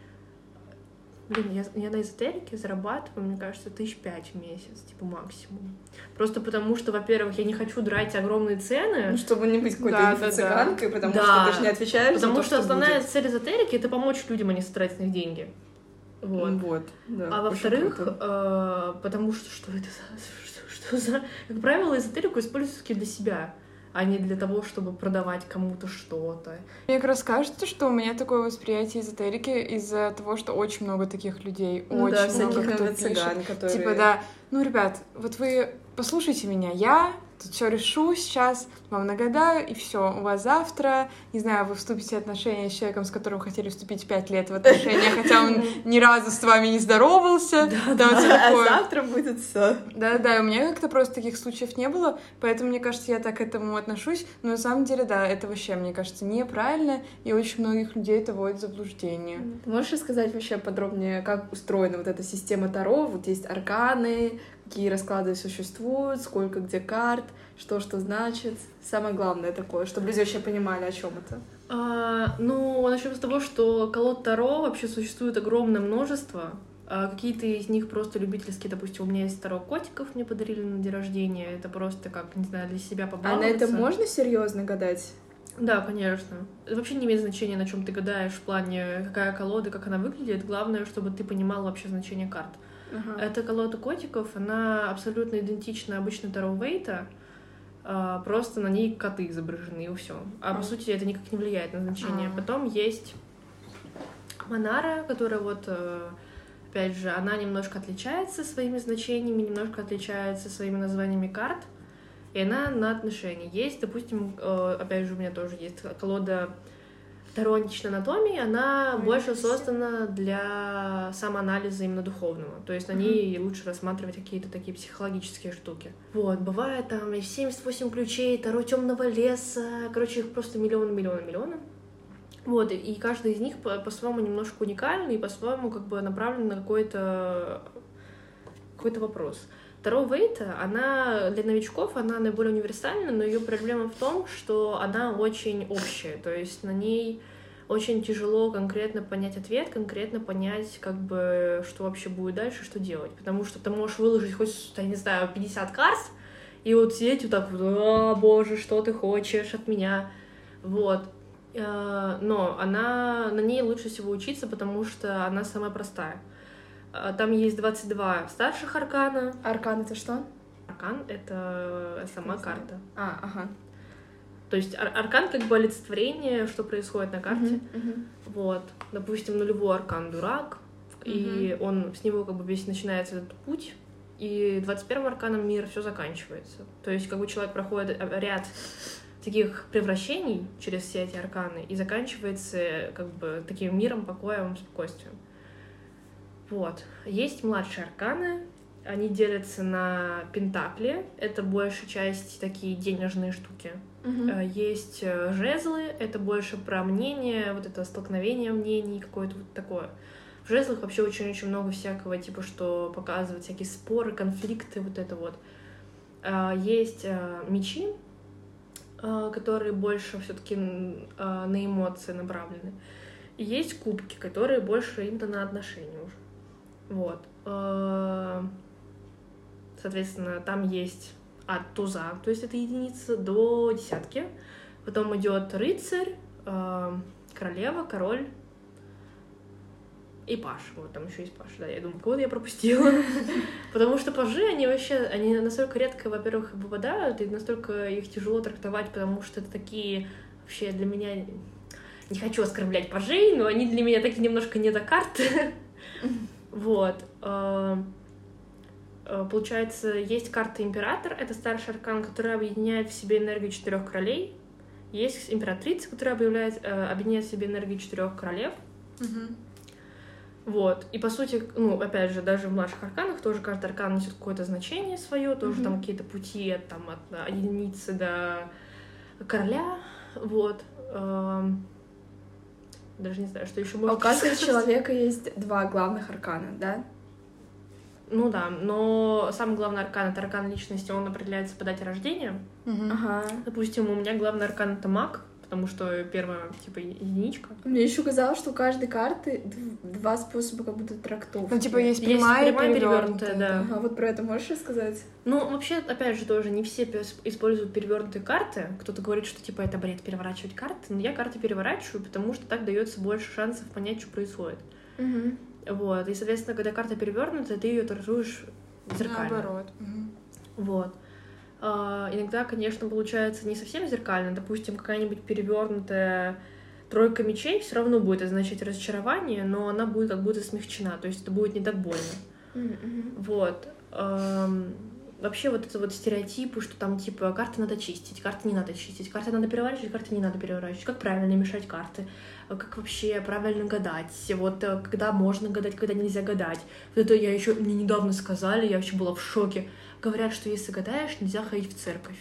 Блин, я, я на эзотерике зарабатываю, мне кажется, тысяч пять в месяц, типа максимум. Просто потому что, во-первых, я не хочу драть огромные цены. Ну, чтобы не быть какой-то Да, инфо-цыганкой, да, потому да. что ты же не отвечаешь Потому за то, что, что основная будет. цель эзотерики — это помочь людям, а не тратить на них деньги. Вот. Вот, да, А во-вторых, э, потому что что это за... Что, что за... Как правило, эзотерику используют для себя, а не для того, чтобы продавать кому-то что-то. Мне как раз кажется, что у меня такое восприятие эзотерики из-за того, что очень много таких людей, ну, очень да, много всяких, кто наверное, пишет. цыган, которые... Типа, да, ну, ребят, вот вы послушайте меня, я тут все решу сейчас, вам нагадаю, и все. У вас завтра, не знаю, вы вступите в отношения с человеком, с которым хотели вступить пять лет в отношения, хотя он ни разу с вами не здоровался. А завтра будет все. Да-да, у меня как-то просто таких случаев не было, поэтому, мне кажется, я так к этому отношусь. Но на самом деле, да, это вообще, мне кажется, неправильно, и очень многих людей это вводит в заблуждение. Ты можешь рассказать вообще подробнее, как устроена вот эта система Таро? Вот есть арканы, какие расклады существуют, сколько где карт, что что значит. Самое главное такое, чтобы люди вообще понимали, о чем это. А, ну, начнем с того, что колод Таро вообще существует огромное множество. А какие-то из них просто любительские. Допустим, у меня есть Таро котиков, мне подарили на день рождения. Это просто как, не знаю, для себя побаловаться. А на это можно серьезно гадать? Да, конечно. Это вообще не имеет значения, на чем ты гадаешь, в плане, какая колода, как она выглядит. Главное, чтобы ты понимал вообще значение карт. Ага. Эта колода котиков, она абсолютно идентична обычной Таро Вейта, просто на ней коты изображены, и все. А по сути это никак не влияет на значение. А. Потом есть Монара, которая вот, опять же, она немножко отличается своими значениями, немножко отличается своими названиями карт, и она на отношения. Есть, допустим, опять же, у меня тоже есть колода Таро античной анатомии, она Ой, больше создана для самоанализа именно духовного. То есть на ней mm-hmm. лучше рассматривать какие-то такие психологические штуки. Вот, бывает там и семьдесят восемь ключей, Таро темного леса, короче, их просто миллионы, миллионы, миллионы. Вот, и каждый из них по- по-своему немножко уникальный и по-своему как бы направлен на какой-то, какой-то вопрос. Таро Вейта, она для новичков, она наиболее универсальна, но ее проблема в том, что она очень общая, то есть на ней очень тяжело конкретно понять ответ, конкретно понять, как бы, что вообще будет дальше, что делать, потому что ты можешь выложить хоть, я не знаю, пятьдесят карт, и вот сидеть вот так вот, о, боже, что ты хочешь от меня, вот. Но она, на ней лучше всего учиться, потому что она самая простая. Там есть двадцать два старших аркана. Аркан — это что? Аркан — это сама карта. А, ага. То есть ар- аркан как бы олицетворение, что происходит на карте. Uh-huh, uh-huh. Вот. Допустим, нулевой аркан — дурак, uh-huh. и он, с него как бы весь начинается этот путь, и двадцать первым арканом мира все заканчивается. То есть как бы человек проходит ряд таких превращений через все эти арканы и заканчивается как бы таким миром, покоем, спокойствием. Вот. Есть младшие арканы, они делятся на пентакли, это большая часть такие денежные штуки. Uh-huh. Есть жезлы, это больше про мнение, вот это столкновение мнений, какое-то вот такое. В жезлах вообще очень-очень много всякого, типа, что показывают всякие споры, конфликты, вот это вот. Есть мечи, которые больше все-таки на эмоции направлены. И есть кубки, которые больше именно на отношения уже. Вот. Соответственно, там есть от туза, то есть это единица, до десятки. Потом идет рыцарь, королева, король и паж. Вот там еще есть паж. Да, я думаю, кого-то я пропустила. Потому что пажи, они вообще, они настолько редко, во-первых, выпадают, и настолько их тяжело трактовать, потому что это такие вообще для меня... Не хочу оскорблять пажей, но они для меня такие немножко не до карты. Вот. Получается, есть карта Император, это старший аркан, который объединяет в себе энергию четырех королей. Есть императрица, которая объявляет, объединяет в себе энергию четырех королев. Uh-huh. Вот. И по сути, ну, опять же, даже в младших арканах тоже каждый аркан несет какое-то значение свое, тоже uh-huh. там какие-то пути от, там, от единицы до короля. Вот. Даже не знаю, что еще можно сказать. У каждого сказать. человека есть два главных аркана, да? Ну да, но самый главный аркан — это аркан личности, он определяется по дате рождения. Мгм. Ага. Допустим, у меня главный аркан — это маг, потому что первая, типа, единичка. Мне еще казалось, что у каждой карты дв- два способа как будто трактовки. Ну, типа, есть Есть прямая, прямая, и перевёрнутая, перевёрнутая, да. Ага, вот про это можешь рассказать? Ну, вообще, опять же, тоже не все пес- используют перевернутые карты. Кто-то говорит, что, типа, это бред переворачивать карты, но я карты переворачиваю, потому что так дается больше шансов понять, что происходит. Угу. Вот, и, соответственно, когда карта перевернутая, ты ее трактуешь зеркально. Наоборот. Мгм. Вот. А, иногда, конечно, получается не совсем зеркально. Допустим, какая-нибудь перевернутая тройка мечей все равно будет означать разочарование, но она будет как будто смягчена, то есть это будет не так больно. Вот. Ам, Вообще вот это вот стереотипы, что там типа карты надо чистить, карты не надо чистить, карты надо переворачивать, карты не надо переворачивать, как правильно мешать карты, как вообще правильно гадать, вот э, когда можно гадать, когда нельзя гадать. Вот это я еще мне недавно сказали, я вообще была в шоке. Говорят, что если гадаешь, нельзя ходить в церковь.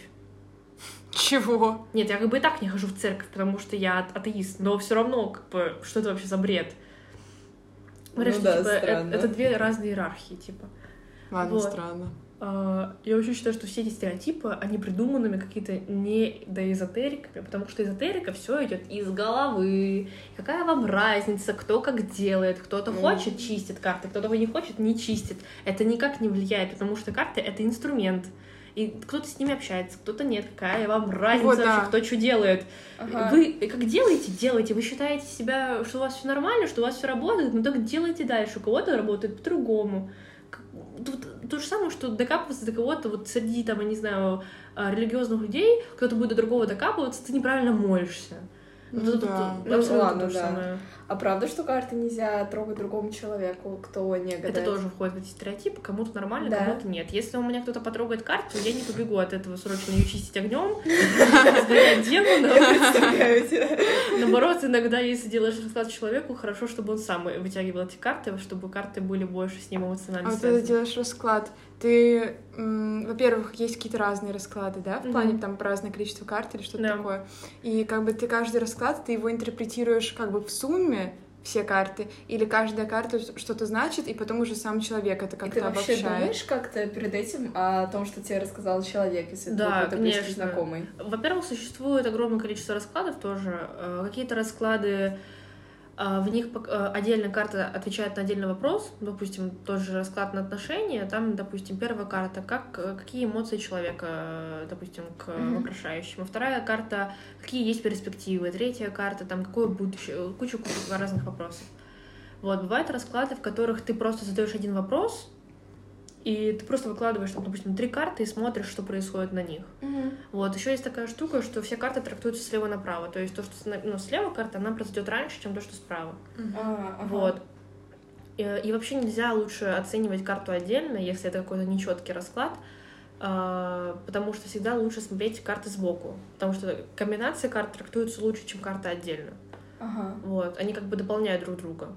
Чего? Нет, я как бы и так не хожу в церковь, потому что я а- атеист, но все равно, как бы, что это вообще за бред? Говорят, Ну что да, типа, э- странно. это две разные иерархии, типа. Ладно, Вот. странно. А, Я вообще считаю, что все эти стереотипы, они придуманными какие-то не доэзотериками, потому что эзотерика все идет из головы. Какая вам разница, кто как делает? Кто-то Ну. хочет, чистит карты, кто-то не хочет, не чистит. Это никак не влияет, потому что карты — это инструмент. И кто-то с ними общается, кто-то нет. Какая вам разница Вот, вообще, да. кто что делает? Ага. Вы как делаете, делайте. Вы считаете себя, что у вас все нормально, что у вас все работает, но так делайте дальше. У кого-то работает по-другому. К- Тут то же самое, что докапываться до кого-то вот среди, там, я не знаю, а, религиозных людей, кто-то будет до другого докапываться, ты неправильно молишься. Ну Вот это да. вот Ну абсолютно ладно, то же да. самое. А правда, что карты нельзя трогать другому человеку, кто не гадает? Это тоже входит в эти стереотипы. Кому-то нормально, Да. кому-то нет. Если у меня кто-то потрогает карту, я не побегу от этого срочно ее чистить огнем, сгонять демона. Представляю тебя. Наоборот, иногда, если делаешь расклад человеку, хорошо, чтобы он сам вытягивал эти карты, чтобы карты были больше с ним эмоционально А вот когда связаны. делаешь расклад, ты, м, во-первых, есть какие-то разные расклады, да, в Мгм. плане там разное количество карт или что-то Да. такое. И как бы ты каждый расклад, ты его интерпретируешь как бы в сумме все карты, или каждая карта что-то значит, и потом уже сам человек это И как-то ты вообще обобщает. думаешь как-то перед этим о том, что тебе рассказал человек, если это Да, какой-то близкий конечно. знакомый? Во-первых, существует огромное количество раскладов тоже. Э, Какие-то расклады, э, в них пок- э, отдельная карта отвечает на отдельный вопрос. Допустим, тот же расклад на отношения. Там, допустим, первая карта, как, э, какие эмоции человека, э, допустим, к Мгм. вопрошающему. Вторая карта, какие есть перспективы. Третья карта, там, какое будущее. Куча-куча разных вопросов. Вот, бывают расклады, в которых ты просто задаешь один вопрос, и ты просто выкладываешь, там, допустим, три карты и смотришь, что происходит на них. Вот, еще есть такая штука, что все карты трактуются слева направо. То есть то, что с- ну, слева карта, она произойдет раньше, чем то, что справа. А, ага. Вот. И, и вообще нельзя лучше оценивать карту отдельно, если это какой-то нечеткий расклад, а, потому что всегда лучше смотреть карты сбоку. Потому что комбинации карт трактуются лучше, чем карты отдельно. Ага. Вот. Они как бы дополняют друг друга.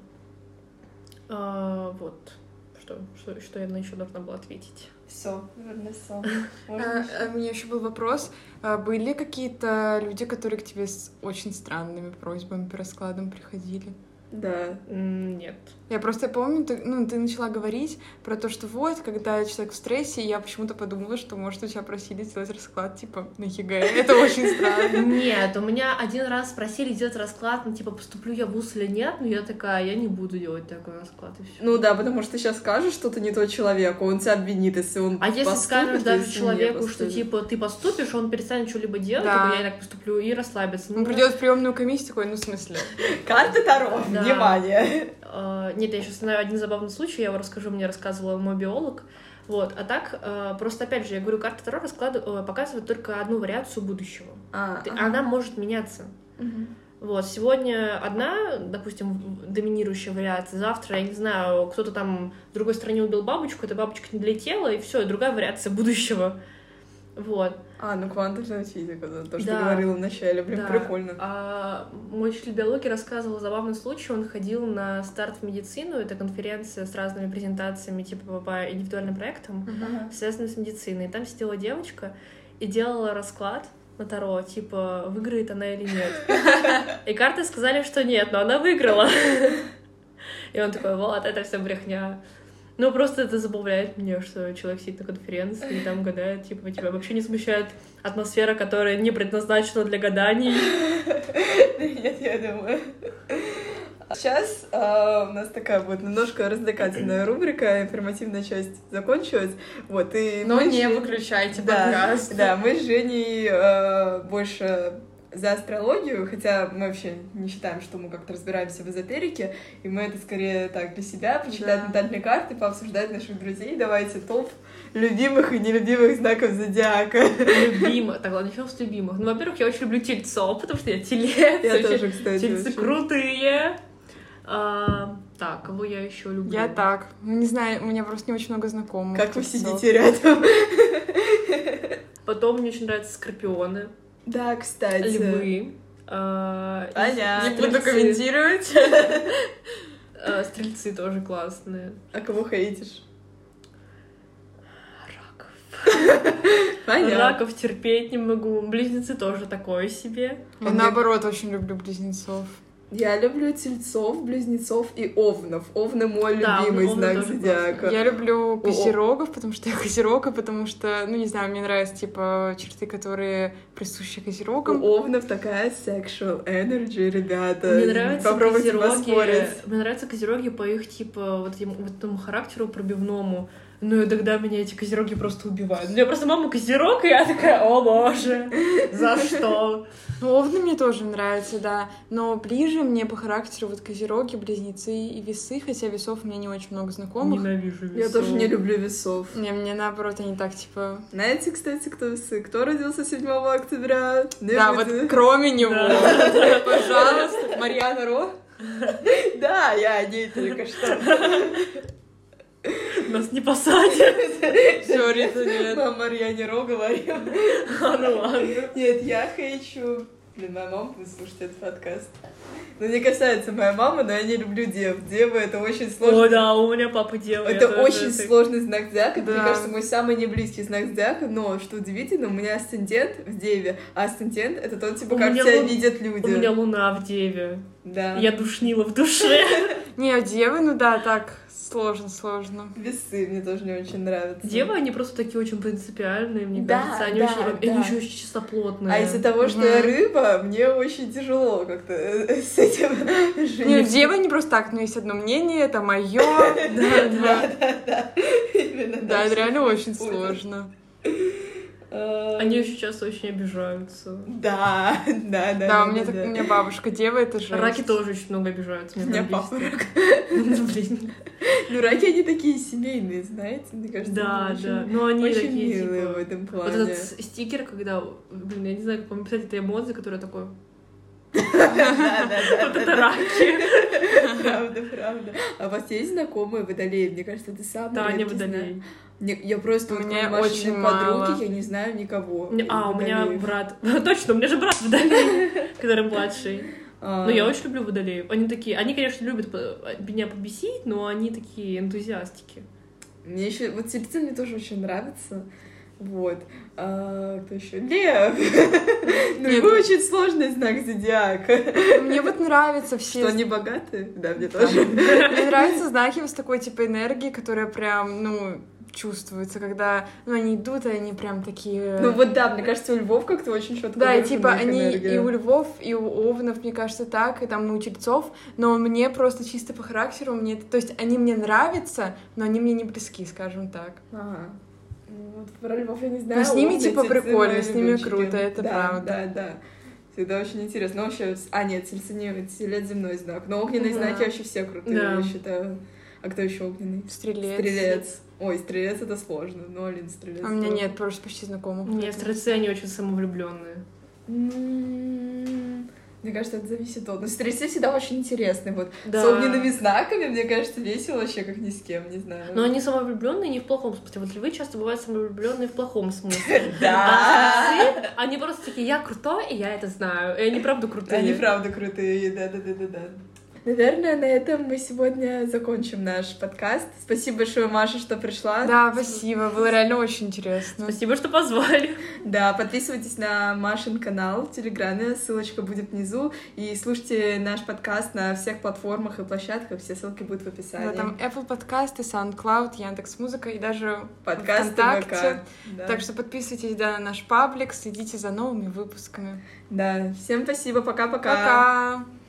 А, вот. Что, что, что я еще должна была ответить? Все, наверное, все. А, а у меня еще был вопрос. А были какие-то люди, которые к тебе с очень странными просьбами по раскладам приходили? Да. М, Нет. Я просто помню, ты, ну, ты начала говорить про то, что вот, когда человек в стрессе, я почему-то подумала, что, может, у тебя просили сделать расклад, типа, на ЕГЭ. Это очень странно. Нет, у меня один раз спросили сделать расклад, ну, типа, поступлю я в вуз или нет, но я такая, я не буду делать такой расклад, и все. Ну да, потому что ты сейчас скажешь, что ты не тот человек, он тебя обвинит, если он А если поступит, скажешь даже если не человеку, что, поступит. типа, ты поступишь, он перестанет что-либо делать, Да. типа, я так поступлю, и расслабится. Он придет в приемную комиссию такой, ну, в смысле? Карты Таро, Да. внимание! А, Нет, я сейчас знаю один забавный случай, я его расскажу, мне рассказывала мой биолог. Вот, а так, а, просто опять же, я говорю, карта Таро раскладывает, показывает только одну вариацию будущего. А, Ты- ага. Она может меняться. Мгм. Вот, сегодня одна, допустим, доминирующая вариация, завтра, я не знаю, кто-то там в другой стране убил бабочку, эта бабочка не долетела, и все, другая вариация будущего. Вот. А, ну квантовая физика, да, то, что Да. ты говорила вначале, блин, Да. прикольно. А мой учитель биологии рассказывал забавный случай. Он ходил на старт в медицину. Это конференция с разными презентациями, типа по индивидуальным проектам, Ага. связанные с медициной. И там сидела девочка и делала расклад на Таро, типа, выиграет она или нет. И карты сказали, что нет, но она выиграла. И он такой, вот, это все брехня. Ну, просто это забавляет меня, что человек сидит на конференции и там гадает, типа, тебя вообще не смущает атмосфера, которая не предназначена для гаданий. Нет, я думаю. Сейчас э, у нас такая вот немножко развлекательная рубрика, информативная часть закончилась. Вот, и Но не Жень... выключайте да, подкаст. Да, мы с Женей э, больше за астрологию, хотя мы вообще не считаем, что мы как-то разбираемся в эзотерике, и мы это скорее так для себя, почитать Да. натальные карты, пообсуждать наших друзей. Давайте топ любимых и нелюбимых знаков зодиака. Любимых. Так, ладно, начнем с любимых. Ну, во-первых, я очень люблю тельцов, потому что я телец. Я очень- тоже, кстати, Тельцы очень. крутые. А, так, кого я еще люблю? Я так. Ну, не знаю, у меня просто не очень много знакомых. Как вы тельцов. сидите рядом? Потом мне очень нравятся скорпионы, Да, кстати. львы. а, и Понятно. Не буду стрельцы. комментировать. А, Стрельцы тоже классные. А кого хейтишь? Раков. Понятно. Раков терпеть не могу. Близнецы тоже такое себе. Я наоборот очень люблю близнецов. Я люблю тельцов, близнецов и овнов. Овны мой Да, любимый овны знак тоже зодиака. Я люблю козерогов, потому что я козерог, и потому что, ну, не знаю, мне нравятся, типа, черты, которые присущи У козерогам. овнов такая sexual energy, ребята. Мне нравятся Попробуйте козероги. поспорить. Мне нравятся козероги по их, типа, вот этим, вот этому характеру пробивному. Ну и тогда меня эти козероги просто убивают. У меня просто мама козерог, и я такая, о боже, за что? Ну, овны мне тоже нравятся, да. Но ближе мне по характеру вот козероги, близнецы и весы, хотя весов у меня не очень много знакомых. Ненавижу весов. Я тоже не люблю весов. Не, мне наоборот, они так, типа... Знаете, кстати, кто весы? Кто родился седьмого октября? Не Да, буду. вот кроме него. Да. Пожалуйста, Марьяна Ро. Да, я о ней только что. Нас не посадят. Сори, это нет. Мама Марьяне Ро говорила. А, ну ладно. Нет, я хейчу. Блин, моя мама будет слушать этот подкаст. Ну, не касается моей мамы, но я не люблю дев. Девы — это очень сложно. О, да, у меня папа делал. Это я тоже очень это- сложный знак зодиака. Это, Да. мне кажется, мой самый неблизкий знак зодиака. Но, что удивительно, у меня асцендент в Деве. А асцендент — это тот, типа, У как меня тебя лун- видят люди. У меня луна в деве. Да. Я душнила в душе. Не, девы, ну да, так, сложно, сложно. Весы мне тоже не очень нравятся. Девы, они просто такие очень принципиальные, мне Да, кажется. Они да, очень, да. они еще очень чистоплотные. А из-за того, что Мгм. я рыба, мне очень тяжело как-то э, с этим жить. Не, девы не просто так, но есть одно мнение, это мое. Да, да, да, да. Именно Да, так. это реально очень сложно. А, Они очень часто очень обижаются. Да, да, да. Да, у меня так- у меня бабушка дева, это же. Раки тоже очень много обижаются. У мне меня прям папа бесит. рак. Ну, блин. Ну, раки, они такие семейные, знаете, мне кажется. Да, они да. очень- Но они Очень такие, милые типа... в этом Вот плане. этот стикер, когда, блин, я не знаю, как вам писать это эмодзи, которое такое... Да, да, да, Вот да, это да. раки. Правда, правда. А у вас есть знакомые водолеи? Мне кажется, это самый Таня редкий водолей. знак. Не- Я просто У вот меня кроме Машиной очень подруги, мало. я не знаю никого. У меня- А, у меня водолеев. брат... Точно, у меня же брат водолей, который младший. А, Ну, я очень люблю водолеев. Они такие... Они, конечно, любят по- меня побесить, но они такие энтузиастики. Мне еще вот тельцы мне тоже очень нравятся. Вот. А, кто еще? Лев! Ну, Нет. его очень сложный знак зодиака. Мне вот нравятся все... Что они богаты? Да, мне Да. тоже. Мне нравятся знаки с такой типа энергией, которая прям, ну, чувствуется, когда, ну, они идут, и они прям такие... Ну вот да, мне кажется, у львов как-то очень четко Да, и выражена типа их они энергия. и у львов, и у овнов, мне кажется, так, и там и у тельцов, но мне просто чисто по характеру, мне, то есть они мне нравятся, но они мне не близки, скажем так. Ага. Ну, вот про львов я не знаю. Но с ними, овны, типа, тельцы прикольно, мои с ними любимчики. круто, это Да, правда. Да, да. Всегда очень интересно. Ну, вообще, с- а, нет, тельцы не телец земной знак. Но огненные Да. знаки вообще все крутые, Да. я считаю. А кто еще огненный? Стрелец. Стрелец. Ой, стрелец это сложно. Ну, Алин, стрелец. А у меня тоже. нет просто почти знакомых. Нет, поэтому- стрельцы, они очень самовлюбленные. М, Мне кажется, это зависит от... Но стрельцы всегда очень интересны. Вот Да. с огненными знаками, мне кажется, весело вообще, как ни с кем, не знаю. Но они самовлюбленные не в плохом смысле. Вот львы часто бывают самовлюбленные в плохом смысле. Да. А стрельцы, они просто такие, я крутой, и я это знаю. И они правда крутые. Они правда крутые, да-да-да-да-да. наверное, на этом мы сегодня закончим наш подкаст. Спасибо большое, Маша, что пришла. Да, спасибо, было реально очень интересно. Спасибо, что позвали. Да, подписывайтесь на Машин канал в Телеграме, ссылочка будет внизу, и слушайте наш подкаст на всех платформах и площадках, все ссылки будут в описании. Да, там Apple подкасты, SoundCloud, Яндекс.Музыка и даже подкасты ВКонтакте. Да. Так что подписывайтесь, да, на наш паблик, следите за новыми выпусками. Да, всем спасибо, пока-пока. Пока!